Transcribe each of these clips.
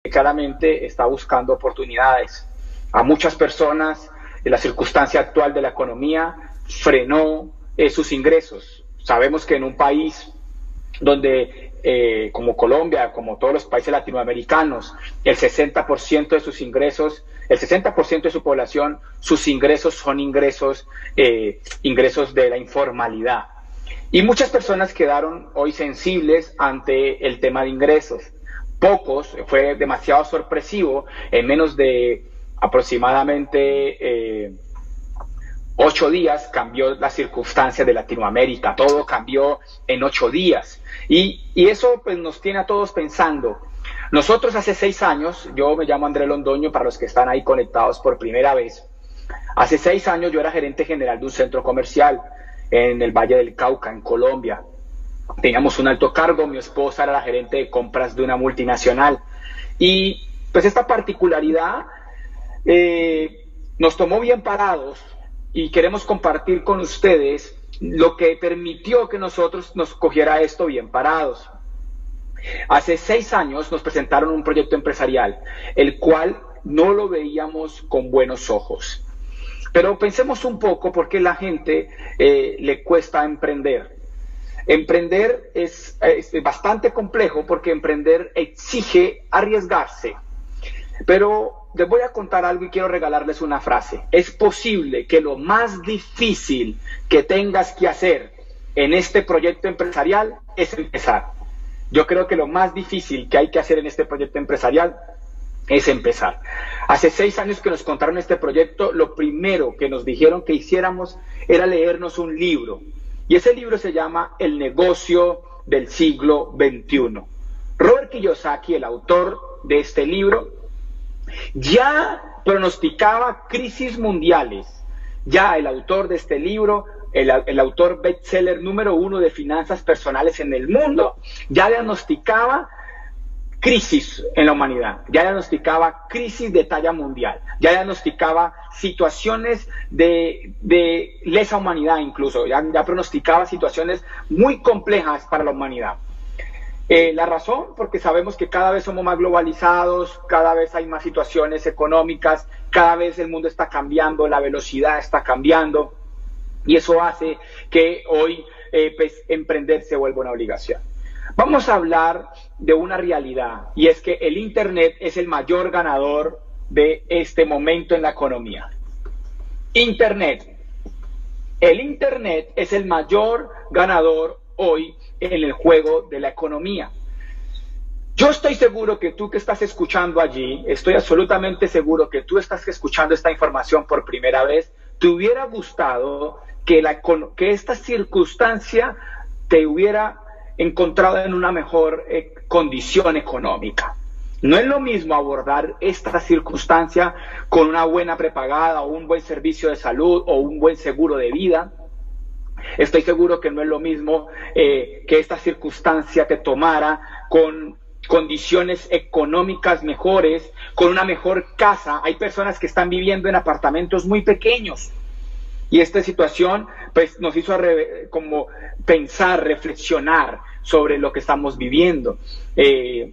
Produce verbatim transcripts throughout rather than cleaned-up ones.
claramente está buscando oportunidades. A muchas personas, la circunstancia actual de la economía frenó eh, sus ingresos. Sabemos que en un país donde, eh, como Colombia, como todos los países latinoamericanos, el sesenta por ciento de sus ingresos, el sesenta por ciento de su población, sus ingresos son ingresos, eh, ingresos de la informalidad. Y muchas personas quedaron hoy sensibles ante el tema de ingresos. Pocos, fue demasiado sorpresivo, en menos de aproximadamente eh, ocho días cambió la circunstancia de Latinoamérica, todo cambió en ocho días. Y, y eso pues nos tiene a todos pensando. Nosotros hace seis años, yo me llamo André Londoño, para los que están ahí conectados por primera vez, hace seis años yo era gerente general de un centro comercial en el Valle del Cauca, en Colombia. Teníamos un alto cargo, mi esposa era la gerente de compras de una multinacional. Y pues esta particularidad eh, nos tomó bien parados y queremos compartir con ustedes lo que permitió que nosotros nos cogiera esto bien parados. Hace seis años nos presentaron un proyecto empresarial, el cual no lo veíamos con buenos ojos. Pero pensemos un poco por qué la gente eh, le cuesta emprender. Emprender es, es bastante complejo porque emprender exige arriesgarse. Pero les voy a contar algo y quiero regalarles una frase. Es posible que lo más difícil que tengas que hacer en este proyecto empresarial es empezar. Yo creo que lo más difícil que hay que hacer en este proyecto empresarial es empezar. Hace seis años que nos contaron este proyecto, lo primero que nos dijeron que hiciéramos era leernos un libro. Y ese libro se llama El negocio del siglo veintiuno. Robert Kiyosaki, el autor de este libro, ya pronosticaba crisis mundiales. Ya el autor de este libro, el, el autor bestseller número uno de finanzas personales en el mundo, ya diagnosticaba crisis en la humanidad, ya diagnosticaba crisis de talla mundial, ya diagnosticaba situaciones de, de lesa humanidad incluso, ya, ya pronosticaba situaciones muy complejas para la humanidad. Eh, la razón, porque sabemos que cada vez somos más globalizados, cada vez hay más situaciones económicas, cada vez el mundo está cambiando, la velocidad está cambiando, y eso hace que hoy eh, pues, emprender se vuelva una obligación. Vamos a hablar de una realidad, y es que el Internet es el mayor ganador de este momento en la economía. Internet. El Internet es el mayor ganador hoy en el juego de la economía. Yo estoy seguro que tú que estás escuchando allí, estoy absolutamente seguro que tú estás escuchando esta información por primera vez, te hubiera gustado que, la, que esta circunstancia te hubiera encontrado en una mejor eh, condición económica. No es lo mismo abordar esta circunstancia con una buena prepagada o un buen servicio de salud o un buen seguro de vida. Estoy seguro que no es lo mismo eh, que esta circunstancia te tomara con condiciones económicas mejores, con una mejor casa. Hay personas que están viviendo en apartamentos muy pequeños. Y esta situación pues, nos hizo re, como pensar, reflexionar sobre lo que estamos viviendo. Eh,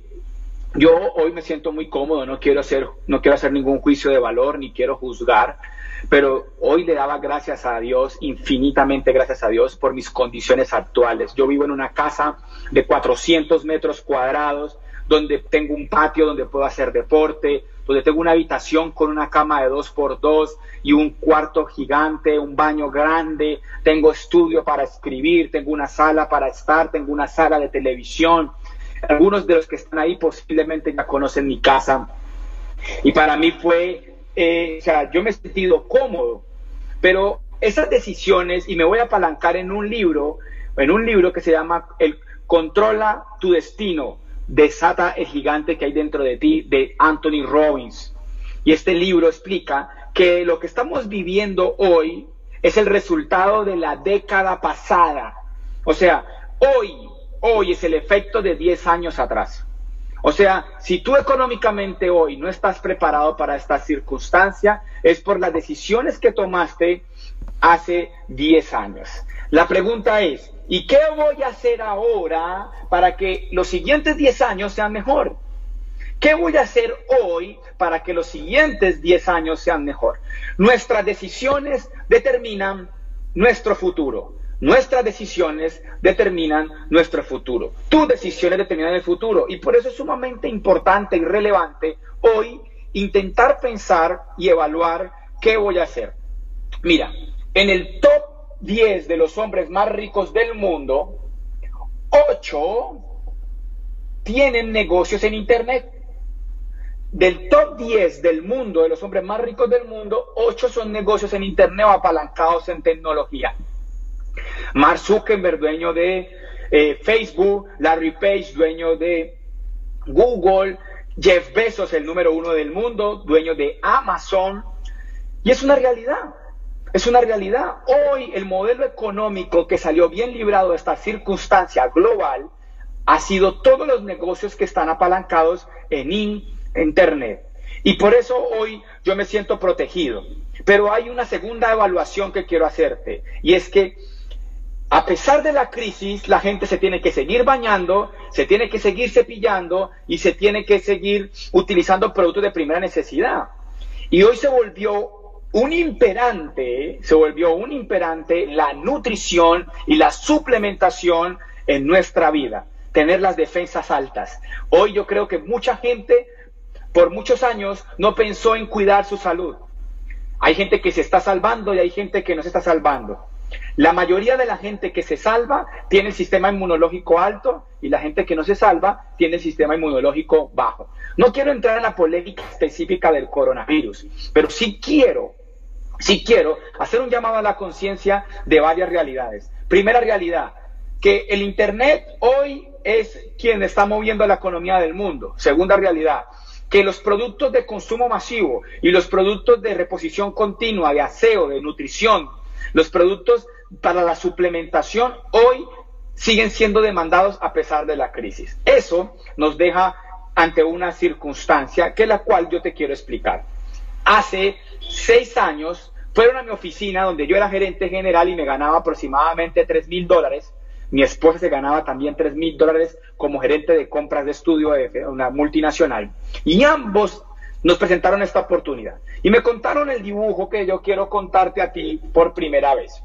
yo hoy me siento muy cómodo, no quiero hacer, no quiero hacer ningún juicio de valor, ni quiero juzgar, pero hoy le daba gracias a Dios, infinitamente gracias a Dios, por mis condiciones actuales. Yo vivo en una casa de cuatrocientos metros cuadrados, donde tengo un patio donde puedo hacer deporte, donde tengo una habitación con una cama de dos por dos y un cuarto gigante, un baño grande, tengo estudio para escribir, tengo una sala para estar, tengo una sala de televisión. Algunos de los que están ahí posiblemente ya conocen mi casa. Y para mí fue, eh, o sea, yo me he sentido cómodo, pero esas decisiones, y me voy a apalancar en un libro, en un libro que se llama El Controla tu Destino, Desata el gigante que hay dentro de ti, de Anthony Robbins. Y este libro explica que lo que estamos viviendo hoy es el resultado de la década pasada. O sea, hoy, hoy es el efecto de diez años atrás. O sea, si tú económicamente hoy no estás preparado para esta circunstancia, es por las decisiones que tomaste hace diez años. La pregunta es, ¿y qué voy a hacer ahora para que los siguientes diez años sean mejor? ¿Qué voy a hacer hoy para que los siguientes diez años sean mejor? Nuestras decisiones determinan nuestro futuro. Nuestras decisiones determinan nuestro futuro. Tus decisiones determinan el futuro. Y por eso es sumamente importante y relevante hoy intentar pensar y evaluar qué voy a hacer. Mira, en el top diez de los hombres más ricos del mundo, ocho tienen negocios en Internet. Del top diez del mundo, de los hombres más ricos del mundo, ocho son negocios en Internet o apalancados en tecnología. Mark Zuckerberg, dueño de eh, Facebook, Larry Page, dueño de Google, Jeff Bezos, el número uno del mundo, dueño de Amazon. Y es una realidad, es una realidad. Hoy el modelo económico que salió bien librado de esta circunstancia global ha sido todos los negocios que están apalancados en Internet. Y por eso hoy yo me siento protegido. Pero hay una segunda evaluación que quiero hacerte, y es que a pesar de la crisis, la gente se tiene que seguir bañando, se tiene que seguir cepillando y se tiene que seguir utilizando productos de primera necesidad. Y hoy se volvió un imperante, se volvió un imperante la nutrición y la suplementación en nuestra vida, tener las defensas altas. Hoy yo creo que mucha gente por muchos años no pensó en cuidar su salud. Hay gente que se está salvando y hay gente que no se está salvando. La mayoría de la gente que se salva tiene el sistema inmunológico alto y la gente que no se salva tiene el sistema inmunológico bajo. No quiero entrar en la polémica específica del coronavirus, pero sí quiero, sí quiero hacer un llamado a la conciencia de varias realidades. Primera realidad, que el Internet hoy es quien está moviendo la economía del mundo. Segunda realidad, que los productos de consumo masivo y los productos de reposición continua, de aseo, de nutrición, los productos para la suplementación hoy siguen siendo demandados a pesar de la crisis. Eso nos deja ante una circunstancia que la cual yo te quiero explicar. Hace seis años fueron a mi oficina donde yo era gerente general y me ganaba aproximadamente tres mil dólares. Mi esposa se ganaba también tres mil dólares como gerente de compras de estudio de una multinacional. Y ambos nos presentaron esta oportunidad. Y me contaron el dibujo que yo quiero contarte a ti por primera vez.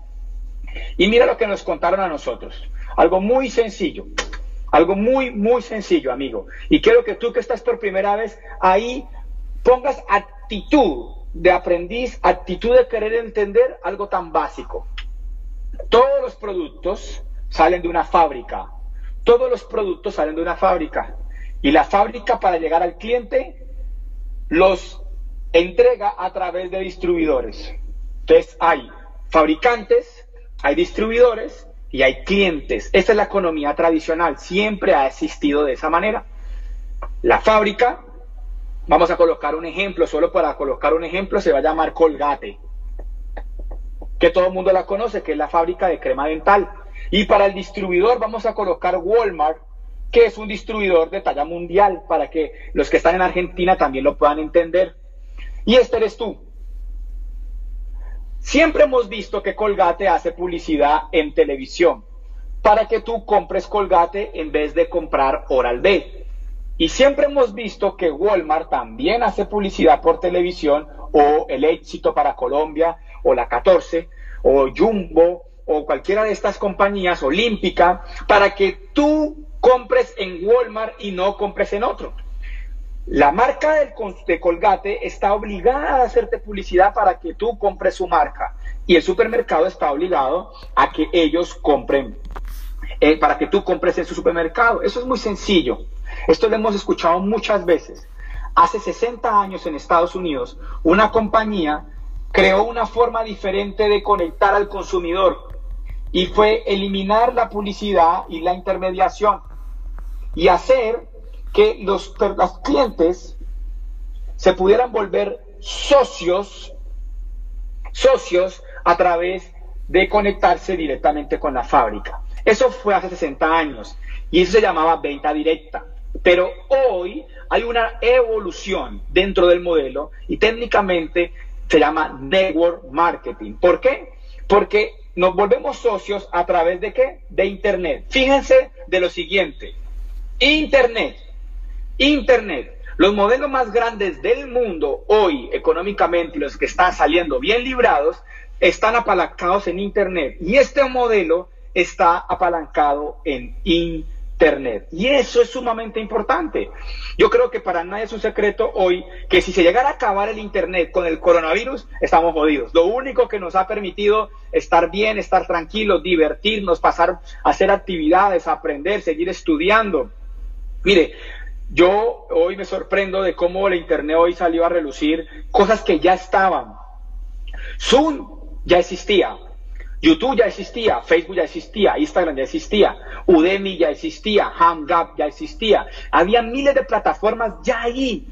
Y mira lo que nos contaron a nosotros. Algo muy sencillo. Algo muy, muy sencillo, amigo. Y quiero que tú que estás por primera vez ahí pongas actitud de aprendiz, actitud de querer entender algo tan básico. Todos los productos salen de una fábrica. Todos los productos salen de una fábrica. Y la fábrica, para llegar al cliente, los entrega a través de distribuidores. Entonces hay fabricantes, hay distribuidores y hay clientes. Esa es la economía tradicional, siempre ha existido de esa manera. La fábrica, vamos a colocar un ejemplo, solo para colocar un ejemplo, se va a llamar Colgate, que todo el mundo la conoce, que es la fábrica de crema dental. Y para el distribuidor vamos a colocar Walmart, que es un distribuidor de talla mundial, para que los que están en Argentina también lo puedan entender. Y este eres tú. Siempre hemos visto que Colgate hace publicidad en televisión, para que tú compres Colgate en vez de comprar Oral-B. Y siempre hemos visto que Walmart también hace publicidad por televisión, o El Éxito para Colombia, o La catorce, o Jumbo, o cualquiera de estas compañías, Olímpica, para que tú compres en Walmart y no compres en otro. La marca del, de Colgate está obligada a hacerte publicidad para que tú compres su marca. Y el supermercado está obligado a que ellos compren, eh, para que tú compres en su supermercado. Eso es muy sencillo. Esto lo hemos escuchado muchas veces. Hace sesenta años en Estados Unidos, una compañía creó una forma diferente de conectar al consumidor. Y fue eliminar la publicidad y la intermediación. Y hacer que los, los clientes se pudieran volver socios, socios a través de conectarse directamente con la fábrica. Eso fue hace sesenta años y eso se llamaba venta directa. Pero hoy hay una evolución dentro del modelo y técnicamente se llama network marketing. ¿Por qué? Porque nos volvemos socios a través de ¿qué? De Internet. Fíjense de lo siguiente. Internet. Internet. Los modelos más grandes del mundo hoy, económicamente, y los que están saliendo bien librados, están apalancados en Internet. Y este modelo está apalancado en Internet. Y eso es sumamente importante. Yo creo que para nadie es un secreto hoy que si se llegara a acabar el Internet con el coronavirus, estamos jodidos. Lo único que nos ha permitido estar bien, estar tranquilos, divertirnos, pasar a hacer actividades, aprender, seguir estudiando. Mire, yo hoy me sorprendo de cómo la Internet hoy salió a relucir cosas que ya estaban. Zoom ya existía, YouTube ya existía, Facebook ya existía, Instagram ya existía, Udemy ya existía, Hangout ya existía. Había miles de plataformas ya ahí.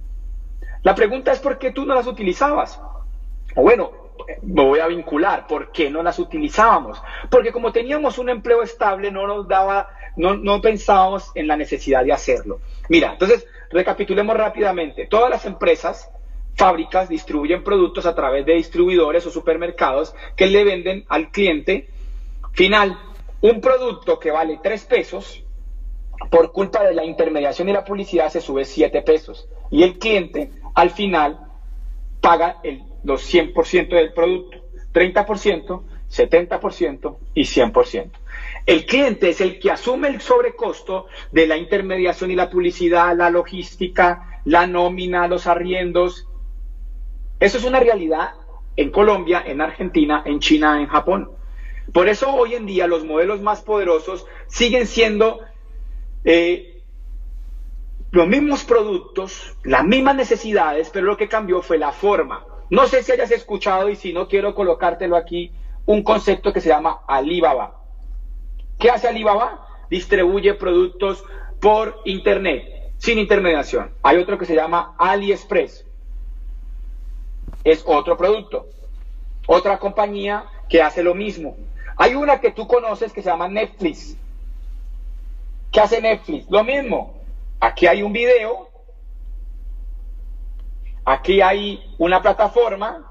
La pregunta es ¿por qué tú no las utilizabas? O bueno, me voy a vincular, ¿por qué no las utilizábamos? Porque como teníamos un empleo estable, no nos daba, no, no pensábamos en la necesidad de hacerlo. Mira, entonces, recapitulemos rápidamente. Todas las empresas, fábricas, distribuyen productos a través de distribuidores o supermercados que le venden al cliente final un producto que vale tres pesos, por culpa de la intermediación y la publicidad se sube siete pesos. Y el cliente, al final, paga el los cien por ciento del producto, treinta por ciento, setenta por ciento y cien por ciento. El cliente es el que asume el sobrecosto de la intermediación y la publicidad, la logística, la nómina, los arriendos. Eso es una realidad en Colombia, en Argentina, en China, en Japón. Por eso hoy en día los modelos más poderosos siguen siendo eh, los mismos productos, las mismas necesidades, pero lo que cambió fue la forma. No sé si hayas escuchado, y si no quiero colocártelo aquí, un concepto que se llama Alibaba. ¿Qué hace Alibaba? Distribuye productos por Internet, sin intermediación. Hay otro que se llama AliExpress. Es otro producto. Otra compañía que hace lo mismo. Hay una que tú conoces que se llama Netflix. ¿Qué hace Netflix? Lo mismo. Aquí hay un video. Aquí hay una plataforma.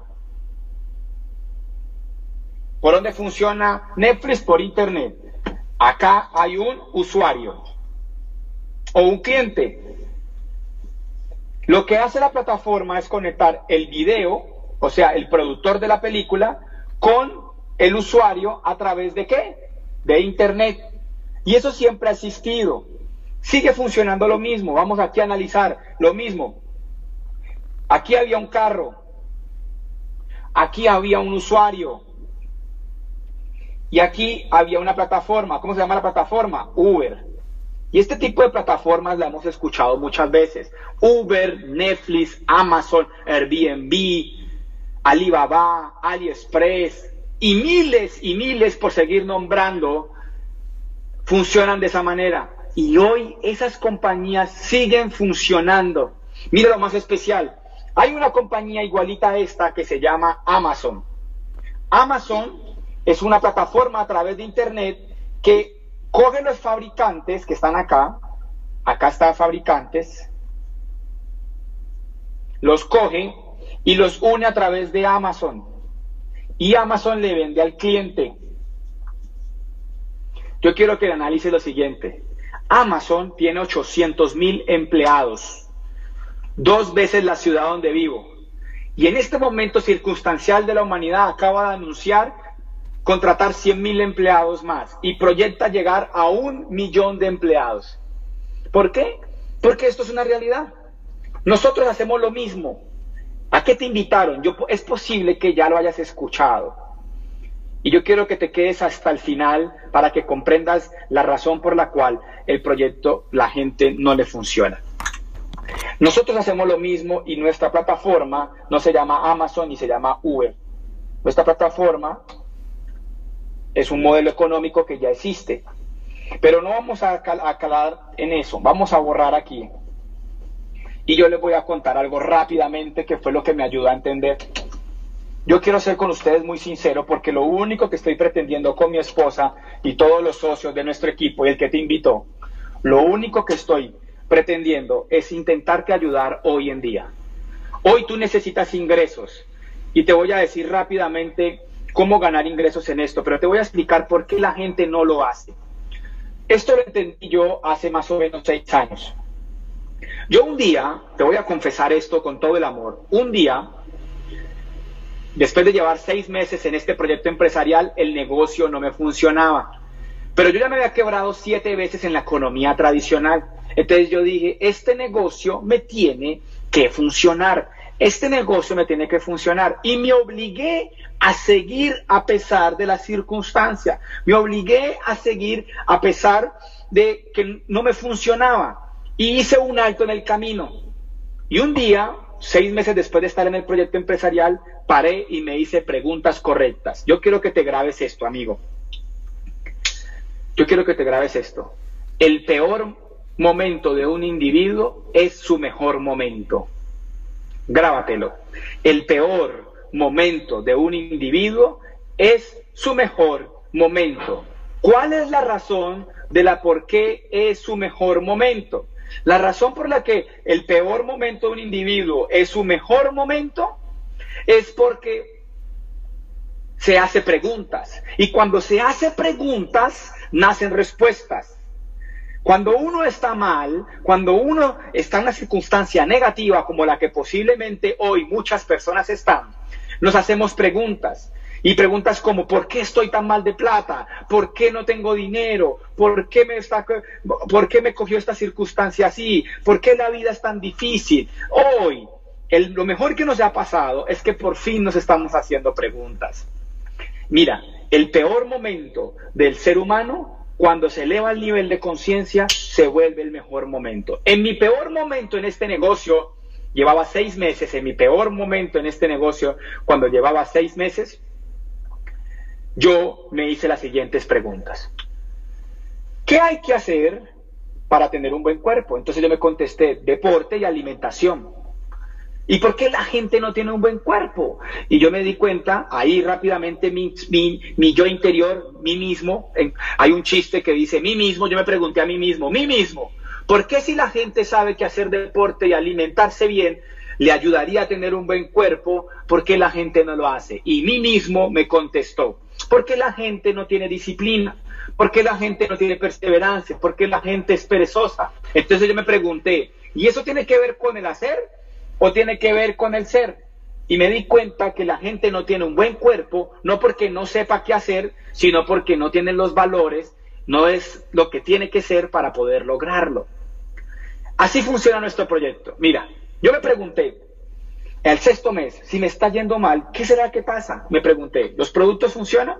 ¿Por dónde funciona Netflix? Por Internet. Acá hay un usuario o un cliente. Lo que hace la plataforma es conectar el video, o sea, el productor de la película, con el usuario a través de ¿qué? De Internet. Y eso siempre ha existido. Sigue funcionando lo mismo. Vamos aquí a analizar lo mismo. Aquí había un carro, aquí había un usuario y aquí había una plataforma. ¿Cómo se llama la plataforma? Uber. Y este tipo de plataformas la hemos escuchado muchas veces. Uber, Netflix, Amazon, Airbnb, Alibaba, AliExpress y miles y miles, por seguir nombrando, funcionan de esa manera. Y hoy esas compañías siguen funcionando. Mira lo más especial. Hay una compañía igualita a esta que se llama Amazon. Amazon es una plataforma a través de Internet que coge los fabricantes que están acá, acá están fabricantes, los coge y los une a través de Amazon. Y Amazon le vende al cliente. Yo quiero que analice lo siguiente. Amazon tiene ochocientos mil empleados. Dos veces la ciudad donde vivo. Y en este momento circunstancial de la humanidad acaba de anunciar contratar cien mil empleados más y proyecta llegar a un millón de empleados. ¿Por qué? Porque esto es una realidad. Nosotros hacemos lo mismo. ¿A qué te invitaron? Yo, es posible que ya lo hayas escuchado. Y yo quiero que te quedes hasta el final para que comprendas la razón por la cual el proyecto, la gente no le funciona. Nosotros hacemos lo mismo y nuestra plataforma no se llama Amazon ni se llama Uber. Nuestra plataforma es un modelo económico que ya existe. Pero no vamos a, cal a calar en eso, vamos a borrar aquí. Y yo les voy a contar algo rápidamente que fue lo que me ayudó a entender. Yo quiero ser con ustedes muy sincero porque lo único que estoy pretendiendo con mi esposa y todos los socios de nuestro equipo y el que te invitó, lo único que estoy pretendiendo es intentarte ayudar hoy en día. Hoy tú necesitas ingresos y te voy a decir rápidamente cómo ganar ingresos en esto, pero te voy a explicar por qué la gente no lo hace. Esto lo entendí yo hace más o menos seis años. Yo un día, te voy a confesar esto con todo el amor, un día, después de llevar seis meses en este proyecto empresarial, el negocio no me funcionaba. Pero yo ya me había quebrado siete veces en la economía tradicional. Entonces yo dije, este negocio me tiene que funcionar. Este negocio me tiene que funcionar. Y me obligué a seguir a pesar de la circunstancia. Me obligué a seguir a pesar de que no me funcionaba. Y hice un alto en el camino. Y un día, seis meses después de estar en el proyecto empresarial, paré y me hice preguntas correctas. Yo quiero que te grabes esto, amigo. Yo quiero que te grabes esto. El peor momento de un individuo es su mejor momento. Grábatelo. El peor momento de un individuo es su mejor momento. ¿Cuál es la razón de la por qué es su mejor momento? La razón por la que el peor momento de un individuo es su mejor momento es porque se hace preguntas. Y cuando se hace preguntas, nacen respuestas. Cuando uno está mal, cuando uno está en una circunstancia negativa como la que posiblemente hoy muchas personas están, nos hacemos preguntas. Y preguntas como, ¿por qué estoy tan mal de plata? ¿Por qué no tengo dinero? ¿Por qué me, está, por qué me cogió esta circunstancia así? ¿Por qué la vida es tan difícil? Hoy, el, lo mejor que nos ha pasado es que por fin nos estamos haciendo preguntas. Mira, el peor momento del ser humano, cuando se eleva el nivel de conciencia, se vuelve el mejor momento. En mi peor momento en este negocio, llevaba seis meses, en mi peor momento en este negocio, cuando llevaba seis meses, yo me hice las siguientes preguntas. ¿Qué hay que hacer para tener un buen cuerpo? Entonces yo me contesté, deporte y alimentación. ¿Y por qué la gente no tiene un buen cuerpo? Y yo me di cuenta, ahí rápidamente mi, mi, mi yo interior, mí mismo, en, hay un chiste que dice mí mismo, yo me pregunté a mí mismo, mí mismo, ¿por qué si la gente sabe que hacer deporte y alimentarse bien le ayudaría a tener un buen cuerpo, por qué la gente no lo hace? Y mí mismo me contestó, ¿por qué la gente no tiene disciplina? ¿Por qué la gente no tiene perseverancia? ¿Por qué la gente es perezosa? Entonces yo me pregunté, ¿y eso tiene que ver con el hacer o tiene que ver con el ser? Y me di cuenta que la gente no tiene un buen cuerpo, no porque no sepa qué hacer, sino porque no tiene los valores, no es lo que tiene que ser para poder lograrlo. Así funciona nuestro proyecto. Mira, yo me pregunté, el sexto mes, si me está yendo mal, ¿qué será que pasa? Me pregunté, ¿los productos funcionan?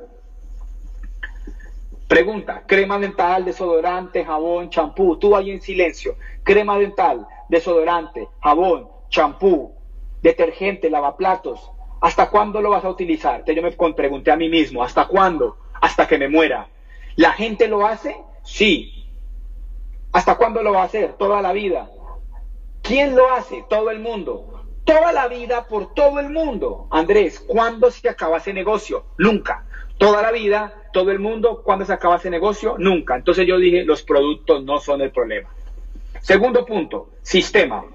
Pregunta, crema dental, desodorante, jabón, champú, tú ahí en silencio, crema dental, desodorante, jabón, champú, detergente, lavaplatos, ¿hasta cuándo lo vas a utilizar? Entonces yo me pregunté a mí mismo, ¿hasta cuándo? Hasta que me muera. ¿La gente lo hace? Sí. ¿Hasta cuándo lo va a hacer? Toda la vida. ¿Quién lo hace? Todo el mundo. Toda la vida por todo el mundo. Andrés, ¿cuándo se acaba ese negocio? Nunca. Toda la vida, todo el mundo, ¿cuándo se acaba ese negocio? Nunca. Entonces yo dije, los productos no son el problema. Segundo punto, sistema.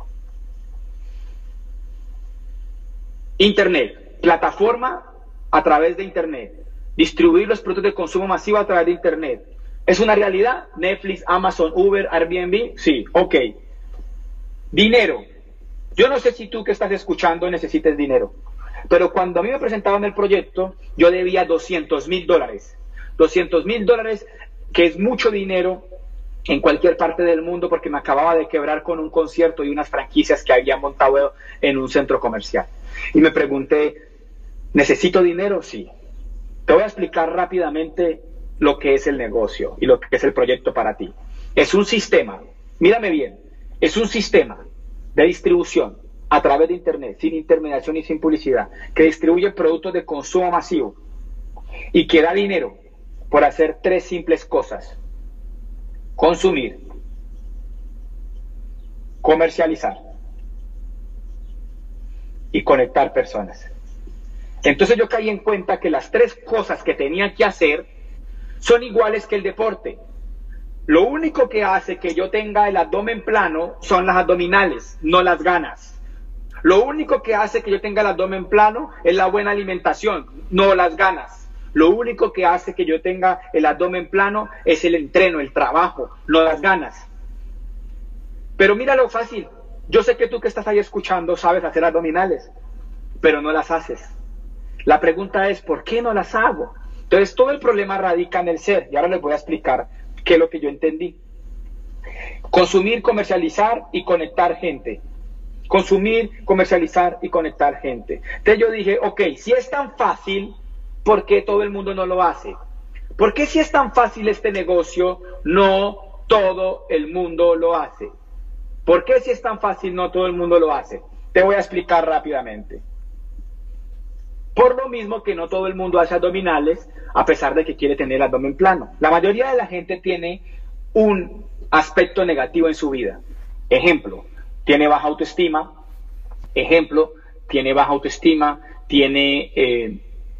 Internet, plataforma a través de Internet. Distribuir los productos de consumo masivo a través de Internet. ¿Es una realidad? Netflix, Amazon, Uber, Airbnb. Sí, ok. Dinero. Yo no sé si tú que estás escuchando necesites dinero, pero cuando a mí me presentaban el proyecto, yo debía doscientos mil dólares. doscientos mil dólares, que es mucho dinero en cualquier parte del mundo, porque me acababa de quebrar con un concierto y unas franquicias que había montado en un centro comercial. Y me pregunté, ¿necesito dinero? Sí. Te voy a explicar rápidamente lo que es el negocio y lo que es el proyecto para ti. Es un sistema, mírame bien, es un sistema de distribución a través de Internet, sin intermediación y sin publicidad, que distribuye productos de consumo masivo y que da dinero por hacer tres simples cosas: consumir, comercializar y conectar personas. Entonces yo caí en cuenta que las tres cosas que tenía que hacer son iguales que el deporte. Lo único que hace que yo tenga el abdomen plano son las abdominales, no las ganas. Lo único que hace que yo tenga el abdomen plano es la buena alimentación, no las ganas. Lo único que hace que yo tenga el abdomen plano es el entreno, el trabajo, no las ganas. Pero mira lo fácil. Yo sé que tú que estás ahí escuchando sabes hacer abdominales, pero no las haces. La pregunta es, ¿por qué no las hago? Entonces, todo el problema radica en el ser. Y ahora les voy a explicar qué es lo que yo entendí. Consumir, comercializar y conectar gente. Consumir, comercializar y conectar gente. Entonces yo dije, ok, si es tan fácil, ¿por qué todo el mundo no lo hace? ¿Por qué si es tan fácil este negocio, no todo el mundo lo hace? ¿Por qué si es tan fácil no todo el mundo lo hace? Te voy a explicar rápidamente. Por lo mismo que no todo el mundo hace abdominales, a pesar de que quiere tener el abdomen plano. La mayoría de la gente tiene un aspecto negativo en su vida. Ejemplo, tiene baja autoestima. Ejemplo, tiene baja autoestima, tiene eh,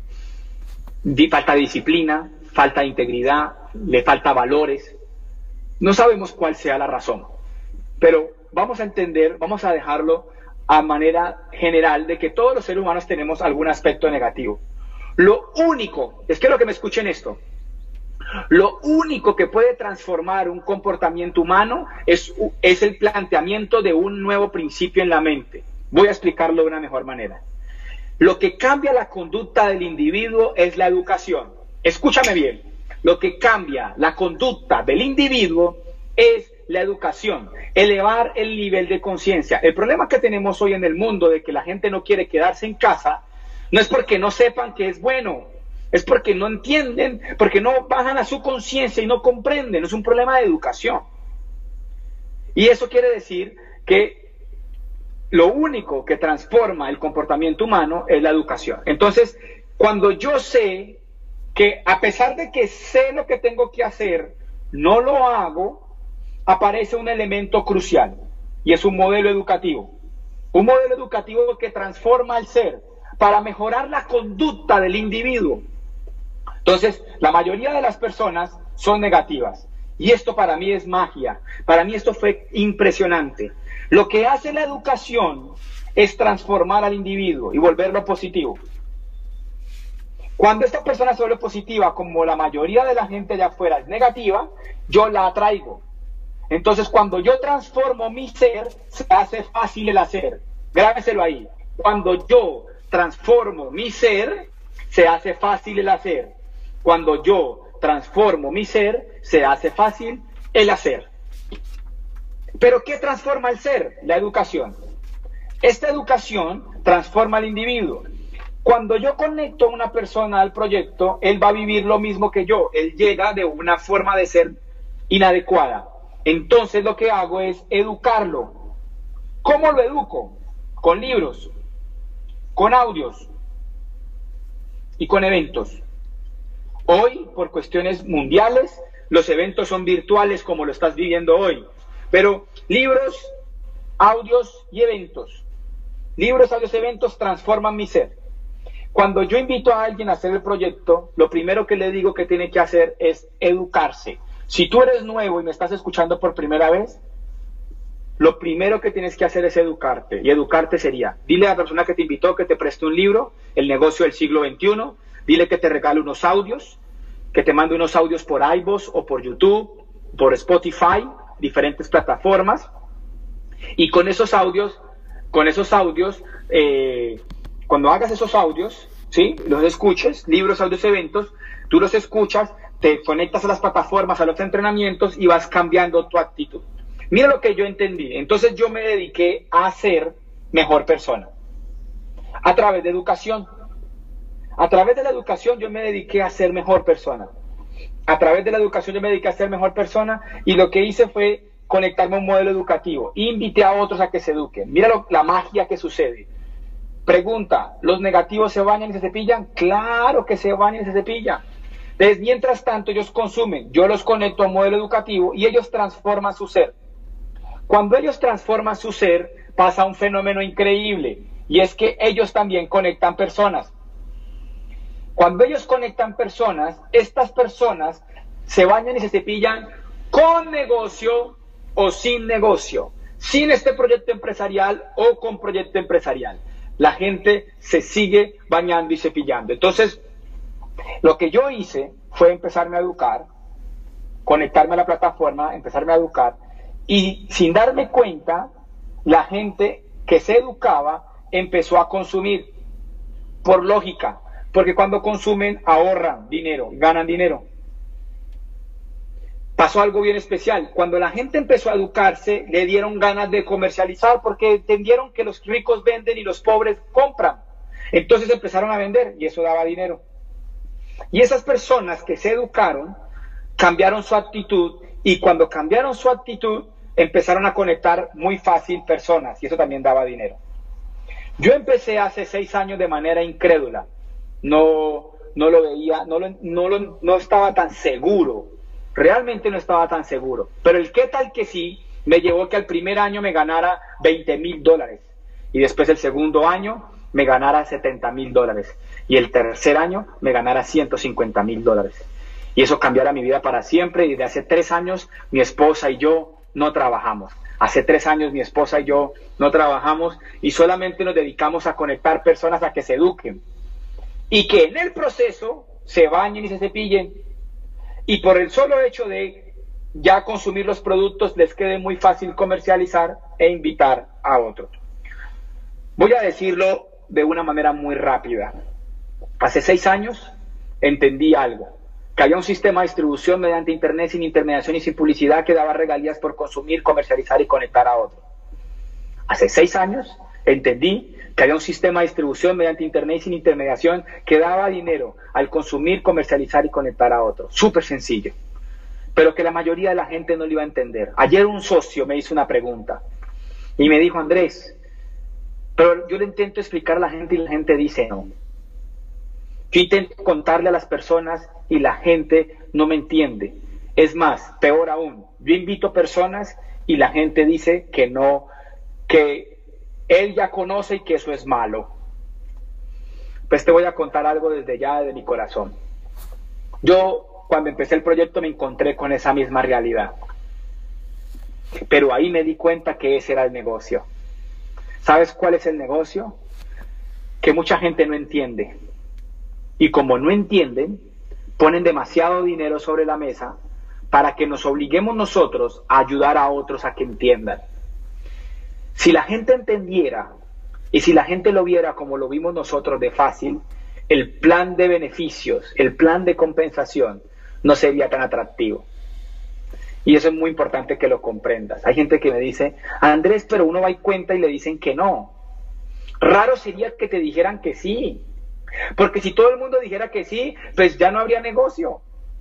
falta de disciplina, falta de integridad, le falta valores. No sabemos cuál sea la razón, pero vamos a entender, vamos a dejarlo a manera general de que todos los seres humanos tenemos algún aspecto negativo. Lo único, es que lo que me escuchen esto, lo único que puede transformar un comportamiento humano es, es el planteamiento de un nuevo principio en la mente. Voy a explicarlo de una mejor manera. Lo que cambia la conducta del individuo es la educación. Escúchame bien, lo que cambia la conducta del individuo es la educación, elevar el nivel de conciencia. El problema que tenemos hoy en el mundo de que la gente no quiere quedarse en casa, no es porque no sepan que es bueno, es porque no entienden, porque no bajan a su conciencia y no comprenden. Es un problema de educación. Y eso quiere decir que lo único que transforma el comportamiento humano es la educación. Entonces, cuando yo sé que a pesar de que sé lo que tengo que hacer, no lo hago, aparece un elemento crucial y es un modelo educativo. Un modelo educativo que transforma el ser para mejorar la conducta del individuo. Entonces, la mayoría de las personas son negativas. Y esto para mí es magia. Para mí esto fue impresionante. Lo que hace la educación es transformar al individuo y volverlo positivo. Cuando esta persona se vuelve positiva, como la mayoría de la gente de afuera es negativa, yo la atraigo. Entonces, cuando yo transformo mi ser, se hace fácil el hacer. Grábeselo ahí. Cuando yo transformo mi ser, se hace fácil el hacer. Cuando yo transformo mi ser, se hace fácil el hacer. ¿Pero qué transforma el ser? La educación. Esta educación transforma al individuo. Cuando yo conecto a una persona al proyecto, él va a vivir lo mismo que yo. Él llega de una forma de ser inadecuada. Entonces lo que hago es educarlo. ¿Cómo lo educo? Con libros, con audios y con eventos. Hoy, por cuestiones mundiales, los eventos son virtuales como lo estás viviendo hoy. Pero libros, audios y eventos. Libros, audios y eventos transforman mi ser. Cuando yo invito a alguien a hacer el proyecto, lo primero que le digo que tiene que hacer es educarse. Si tú eres nuevo y me estás escuchando por primera vez, lo primero que tienes que hacer es educarte. Y educarte sería, dile a la persona que te invitó que te preste un libro, El negocio del siglo veintiuno, dile que te regale unos audios, que te mande unos audios por iVoox o por YouTube, por Spotify, diferentes plataformas, y con esos audios, con esos audios, eh, cuando hagas esos audios, ¿sí? Los escuches, libros, audios, eventos, tú los escuchas, te conectas a las plataformas, a los entrenamientos y vas cambiando tu actitud. Mira lo que yo entendí. Entonces yo me dediqué a ser mejor persona a través de educación. A través de la educación yo me dediqué a ser mejor persona. A través de la educación yo me dediqué a ser mejor persona y lo que hice fue conectarme a un modelo educativo. Invité a otros a que se eduquen. Mira lo, la magia que sucede. Pregunta, ¿los negativos se bañan y se cepillan? Claro que se bañan y se cepillan. Entonces, mientras tanto, ellos consumen. Yo los conecto a un modelo educativo y ellos transforman su ser. Cuando ellos transforman su ser, pasa un fenómeno increíble. Y es que ellos también conectan personas. Cuando ellos conectan personas, estas personas se bañan y se cepillan con negocio o sin negocio. Sin este proyecto empresarial o con proyecto empresarial. La gente se sigue bañando y cepillando. Entonces, lo que yo hice fue empezarme a educar, conectarme a la plataforma, empezarme a educar, Y sin darme cuenta, la gente que se educaba empezó a consumir por lógica, porque cuando consumen ahorran dinero, ganan dinero. Pasó algo bien especial. Cuando la gente empezó a educarse, le dieron ganas de comercializar porque entendieron que los ricos venden y los pobres compran. Entonces empezaron a vender y eso daba dinero. Y esas personas que se educaron cambiaron su actitud, y cuando cambiaron su actitud empezaron a conectar muy fácil personas y eso también daba dinero. Yo empecé hace seis años de manera incrédula. No, no lo veía, no, lo, no, lo, no estaba tan seguro. Realmente no estaba tan seguro. Pero el qué tal que sí me llevó que al primer año me ganara veinte mil dólares. Y después el segundo año me ganara setenta mil dólares. Y el tercer año me ganara ciento cincuenta mil dólares. Y eso cambiara mi vida para siempre. Y desde hace tres años mi esposa y yo no trabajamos. Hace tres años mi esposa y yo no trabajamos y solamente nos dedicamos a conectar personas a que se eduquen. Y que en el proceso se bañen y se cepillen. Y por el solo hecho de ya consumir los productos les quede muy fácil comercializar e invitar a otros. Voy a decirlo de una manera muy rápida. Hace seis años entendí algo, que había un sistema de distribución mediante internet sin intermediación y sin publicidad que daba regalías por consumir, comercializar y conectar a otros. Hace seis años entendí que había un sistema de distribución mediante internet y sin intermediación que daba dinero al consumir, comercializar y conectar a otros. Súper sencillo, pero que la mayoría de la gente no lo iba a entender. Ayer un socio me hizo una pregunta y me dijo: Andrés, pero yo le intento explicar a la gente y la gente dice no. Yo intento contarle a las personas y la gente no me entiende. Es más, peor aún, yo invito personas y la gente dice que no, que él ya conoce y que eso es malo. Pues te voy a contar algo desde ya, de mi corazón. Yo, cuando empecé el proyecto, me encontré con esa misma realidad. Pero ahí me di cuenta que ese era el negocio. ¿Sabes cuál es el negocio? Que mucha gente no entiende. Y como no entienden, ponen demasiado dinero sobre la mesa para que nos obliguemos nosotros a ayudar a otros a que entiendan. Si la gente entendiera y si la gente lo viera como lo vimos nosotros de fácil, el plan de beneficios, el plan de compensación no sería tan atractivo. Y eso es muy importante que lo comprendas. Hay gente que me dice: Andrés, pero uno va y cuenta y le dicen que no. Raro sería que te dijeran que sí. Porque si todo el mundo dijera que sí, pues ya no habría negocio.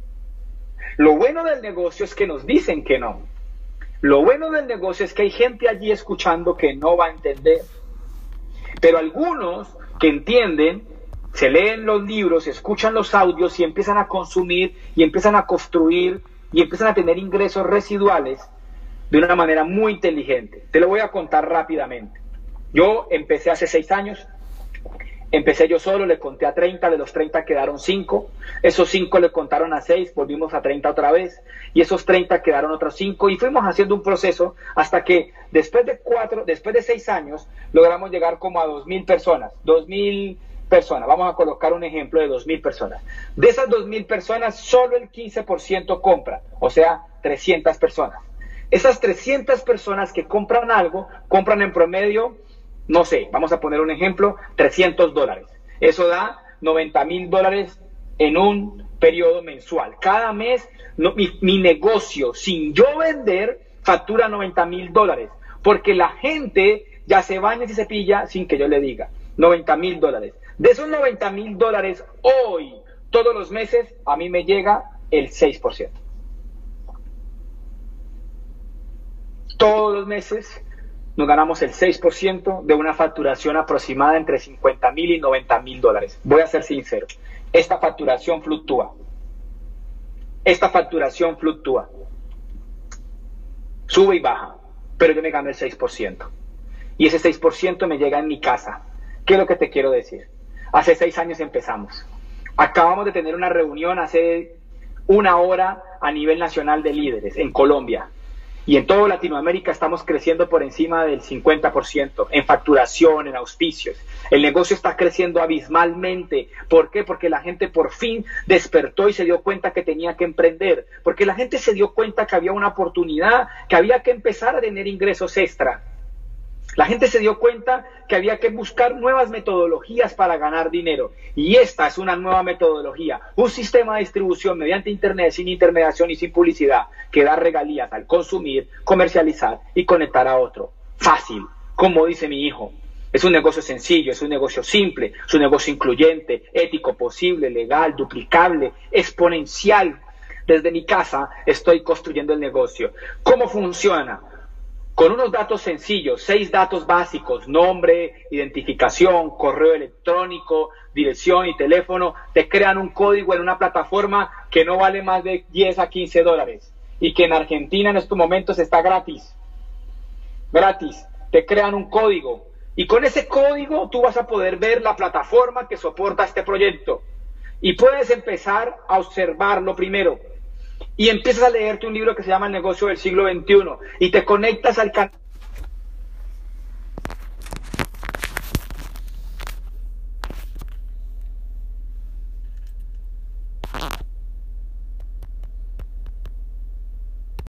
Lo bueno del negocio es que nos dicen que no. Lo bueno del negocio es que hay gente allí escuchando que no va a entender. Pero algunos que entienden, se leen los libros, escuchan los audios y empiezan a consumir y empiezan a construir y empiezan a tener ingresos residuales de una manera muy inteligente. Te lo voy a contar rápidamente. Yo empecé hace seis años. Empecé yo solo, le conté a treinta, de los treinta quedaron cinco, esos cinco le contaron a seis, volvimos a treinta otra vez, y esos treinta quedaron otros cinco, y fuimos haciendo un proceso hasta que después de cuatro, después de seis años, logramos llegar como a dos mil personas, dos mil personas, vamos a colocar un ejemplo de dos mil personas. De esas dos mil personas, solo el quince por ciento compran, o sea, trescientas personas. Esas trescientas personas que compran algo, compran en promedio, no sé, vamos a poner un ejemplo, trescientos dólares. Eso da noventa mil dólares en un periodo mensual. Cada mes, no, mi, mi negocio, sin yo vender, factura noventa mil dólares. Porque la gente ya se baña y se cepilla sin que yo le diga. noventa mil dólares. De esos noventa mil dólares, hoy, todos los meses, a mí me llega el seis por ciento. Todos los meses nos ganamos el seis por ciento de una facturación aproximada entre cincuenta mil y noventa mil dólares. Voy a ser sincero, esta facturación fluctúa. Esta facturación fluctúa. Sube y baja, pero yo me gano el seis por ciento. Y ese seis por ciento me llega en mi casa. ¿Qué es lo que te quiero decir? Hace seis años empezamos. Acabamos de tener una reunión hace una hora a nivel nacional de líderes en Colombia. Y en toda Latinoamérica estamos creciendo por encima del cincuenta por ciento en facturación, en auspicios. El negocio está creciendo abismalmente. ¿Por qué? Porque la gente por fin despertó y se dio cuenta que tenía que emprender. Porque la gente se dio cuenta que había una oportunidad, que había que empezar a tener ingresos extra. La gente se dio cuenta que había que buscar nuevas metodologías para ganar dinero. Y esta es una nueva metodología, un sistema de distribución mediante Internet, sin intermediación y sin publicidad, que da regalías al consumir, comercializar y conectar a otro. Fácil, como dice mi hijo. Es un negocio sencillo, es un negocio simple, es un negocio incluyente, ético, posible, legal, duplicable, exponencial. Desde mi casa estoy construyendo el negocio. ¿Cómo funciona? Con unos datos sencillos, seis datos básicos: nombre, identificación, correo electrónico, dirección y teléfono. Te crean un código en una plataforma que no vale más de diez a quince dólares y que en Argentina en estos momentos está gratis. Gratis. Te crean un código y con ese código tú vas a poder ver la plataforma que soporta este proyecto y puedes empezar a observarlo primero. Y empiezas a leerte un libro que se llama El negocio del siglo veintiuno y te conectas al canal